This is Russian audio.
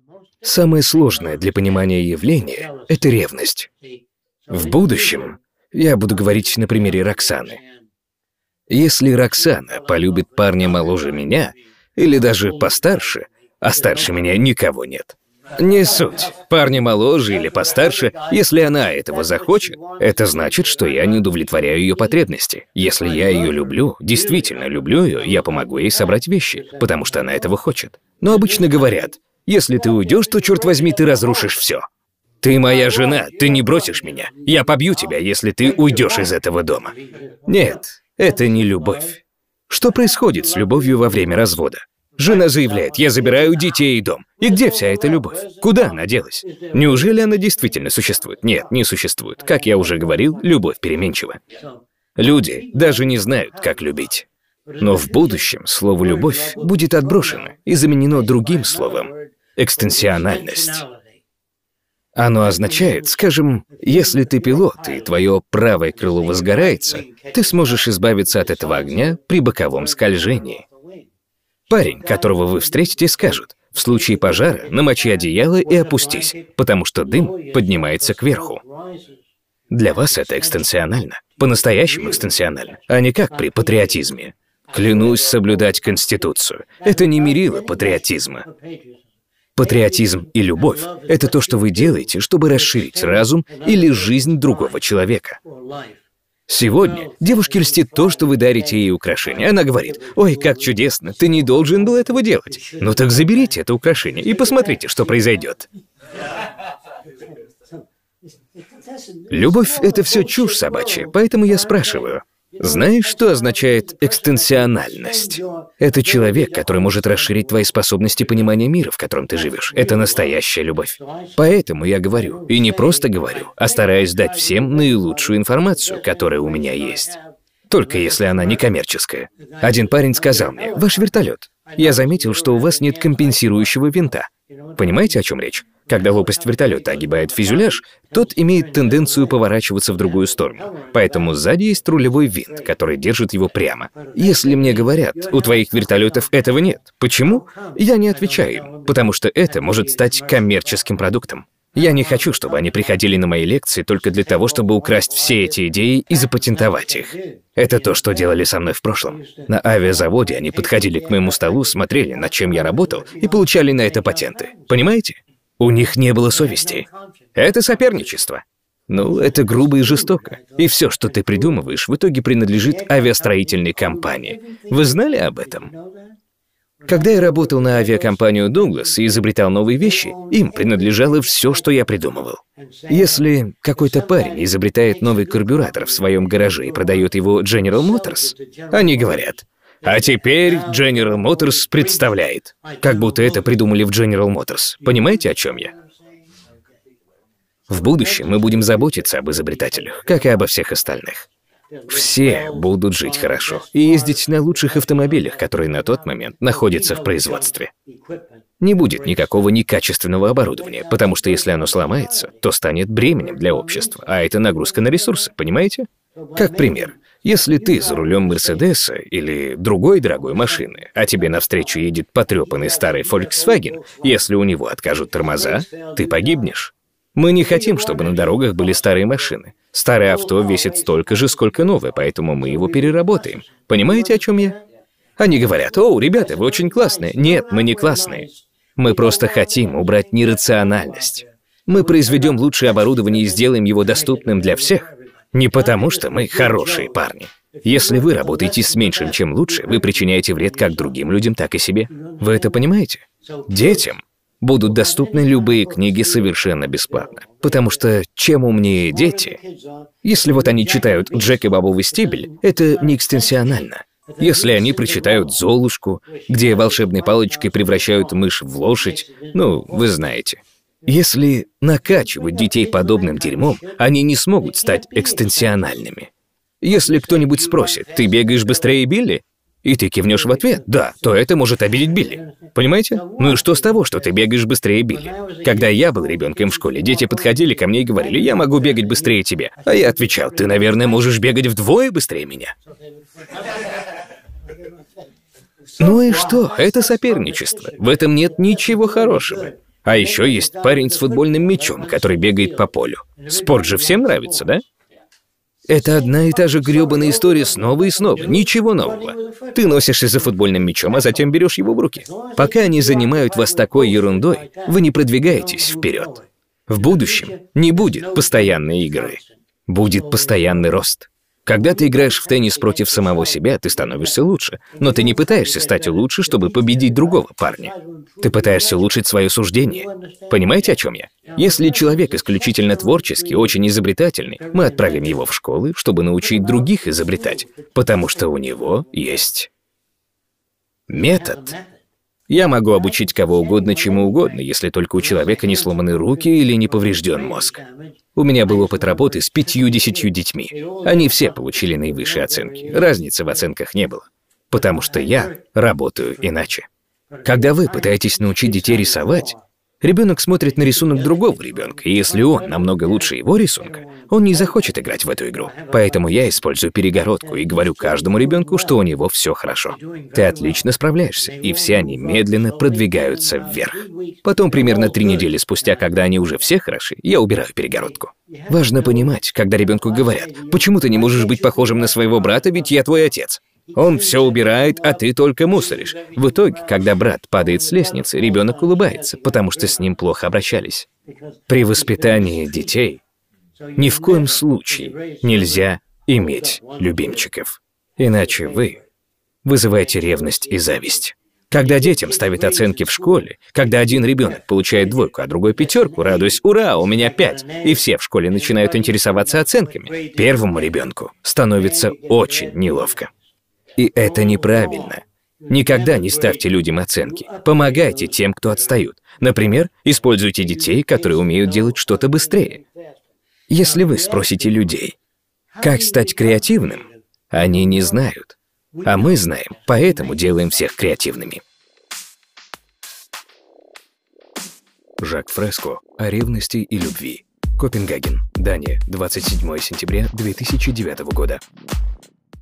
Самое сложное для понимания явления — это ревность. В будущем я буду говорить на примере Роксаны. Если Роксана полюбит парня моложе меня, или даже постарше, а старше меня никого нет. Не суть, парня моложе или постарше, если она этого захочет, это значит, что я не удовлетворяю ее потребности. Если я ее люблю, действительно люблю ее, я помогу ей собрать вещи, потому что она этого хочет. Но обычно говорят, если ты уйдешь, то, черт возьми, ты разрушишь все. Ты моя жена, ты не бросишь меня. Я побью тебя, если ты уйдешь из этого дома. Нет, это не любовь. Что происходит с любовью во время развода? Жена заявляет, я забираю детей и дом. И где вся эта любовь? Куда она делась? Неужели она действительно существует? Нет, не существует. Как я уже говорил, любовь переменчива. Люди даже не знают, как любить. Но в будущем слово «любовь» будет отброшено и заменено другим словом — экстенсиональность. Оно означает, скажем, если ты пилот и твое правое крыло возгорается, ты сможешь избавиться от этого огня при боковом скольжении. Парень, которого вы встретите, скажет, в случае пожара намочи одеяло и опустись, потому что дым поднимается кверху. Для вас это экстенсионально, по-настоящему экстенсионально, а не как при патриотизме. Клянусь соблюдать Конституцию. Это не мерило патриотизма. Патриотизм и любовь — это то, что вы делаете, чтобы расширить разум или жизнь другого человека. Сегодня девушке льстит то, что вы дарите ей украшение. Она говорит, ой, как чудесно, ты не должен был этого делать. Ну так заберите это украшение и посмотрите, что произойдет. Любовь — это все чушь собачья, поэтому я спрашиваю, знаешь, что означает экстенсиональность? Это человек, который может расширить твои способности понимания мира, в котором ты живешь. Это настоящая любовь. Поэтому я говорю, и не просто говорю, а стараюсь дать всем наилучшую информацию, которая у меня есть. Только если она не коммерческая. Один парень сказал мне, ваш вертолет. Я заметил, что у вас нет компенсирующего винта. Понимаете, о чем речь? Когда лопасть вертолета огибает фюзеляж, тот имеет тенденцию поворачиваться в другую сторону. Поэтому сзади есть рулевой винт, который держит его прямо. Если мне говорят, у твоих вертолетов этого нет, почему? Я не отвечаю им, потому что это может стать коммерческим продуктом. Я не хочу, чтобы они приходили на мои лекции только для того, чтобы украсть все эти идеи и запатентовать их. Это то, что делали со мной в прошлом. На авиазаводе они подходили к моему столу, смотрели, над чем я работал, и получали на это патенты. Понимаете? У них не было совести. Это соперничество. Ну, это грубо и жестоко. И все, что ты придумываешь, в итоге принадлежит авиастроительной компании. Вы знали об этом? Когда я работал на авиакомпанию Douglas и изобретал новые вещи, им принадлежало все, что я придумывал. Если какой-то парень изобретает новый карбюратор в своем гараже и продает его General Motors, они говорят, а теперь General Motors представляет. Как будто это придумали в General Motors. Понимаете, о чем я? В будущем мы будем заботиться об изобретателях, как и обо всех остальных. Все будут жить хорошо и ездить на лучших автомобилях, которые на тот момент находятся в производстве. Не будет никакого некачественного оборудования, потому что если оно сломается, то станет бременем для общества, а это нагрузка на ресурсы, понимаете? Как пример, если ты за рулем Мерседеса или другой дорогой машины, а тебе навстречу едет потрепанный старый Volkswagen, если у него откажут тормоза, ты погибнешь. Мы не хотим, чтобы на дорогах были старые машины. Старое авто весит столько же, сколько новое, поэтому мы его переработаем. Понимаете, о чем я? Они говорят, о, ребята, вы очень классные. Нет, мы не классные. Мы просто хотим убрать нерациональность. Мы произведем лучшее оборудование и сделаем его доступным для всех. Не потому, что мы хорошие парни. Если вы работаете с меньшим, чем лучше, вы причиняете вред как другим людям, так и себе. Вы это понимаете? Детям будут доступны любые книги совершенно бесплатно. Потому что чем умнее дети, если вот они читают «Джек и бобовый стебель», это не экстенсионально. Если они прочитают «Золушку», где волшебной палочкой превращают мышь в лошадь, ну, вы знаете. Если накачивать детей подобным дерьмом, они не смогут стать экстенсиональными. Если кто-нибудь спросит, ты бегаешь быстрее Билли? И ты кивнешь в ответ, да, то это может обидеть Билли. Понимаете? Ну и что с того, что ты бегаешь быстрее Билли? Когда я был ребенком в школе, дети подходили ко мне и говорили, я могу бегать быстрее тебя. А я отвечал, ты, наверное, можешь бегать вдвое быстрее меня. Ну и что? Это соперничество. В этом нет ничего хорошего. А еще есть парень с футбольным мячом, который бегает по полю. Спорт же всем нравится, да? Это одна и та же грёбаная история снова и снова, ничего нового. Ты носишься за футбольным мячом, а затем берешь его в руки. Пока они занимают вас такой ерундой, вы не продвигаетесь вперед. В будущем не будет постоянной игры, будет постоянный рост. Когда ты играешь в теннис против самого себя, ты становишься лучше, но ты не пытаешься стать лучше, чтобы победить другого парня. Ты пытаешься улучшить свое суждение. Понимаете, о чем я? Если человек исключительно творческий, очень изобретательный, мы отправим его в школы, чтобы научить других изобретать, потому что у него есть метод. Я могу обучить кого угодно чему угодно, если только у человека не сломаны руки или не поврежден мозг. У меня был опыт работы с 50 детьми. Они все получили наивысшие оценки. Разницы в оценках не было. Потому что я работаю иначе. Когда вы пытаетесь научить детей рисовать, ребенок смотрит на рисунок другого ребенка, и если он намного лучше его рисунка, он не захочет играть в эту игру. Поэтому я использую перегородку и говорю каждому ребенку, что у него все хорошо. Ты отлично справляешься, и все они медленно продвигаются вверх. Потом, примерно 3 недели спустя, когда они уже все хороши, я убираю перегородку. Важно понимать, когда ребенку говорят: «Почему ты не можешь быть похожим на своего брата, ведь я твой отец?» Он все убирает, а ты только мусоришь. В итоге, когда брат падает с лестницы, ребенок улыбается, потому что с ним плохо обращались. При воспитании детей ни в коем случае нельзя иметь любимчиков. Иначе вы вызываете ревность и зависть. Когда детям ставят оценки в школе, когда один ребенок получает 2, а другой 5, радуясь: «Ура, у меня 5!» И все в школе начинают интересоваться оценками, первому ребенку становится очень неловко. И это неправильно. Никогда не ставьте людям оценки. Помогайте тем, кто отстают. Например, используйте детей, которые умеют делать что-то быстрее. Если вы спросите людей, как стать креативным, они не знают. А мы знаем, поэтому делаем всех креативными. Жак Фреско о ревности и любви. Копенгаген, Дания, 27 сентября 2009 года.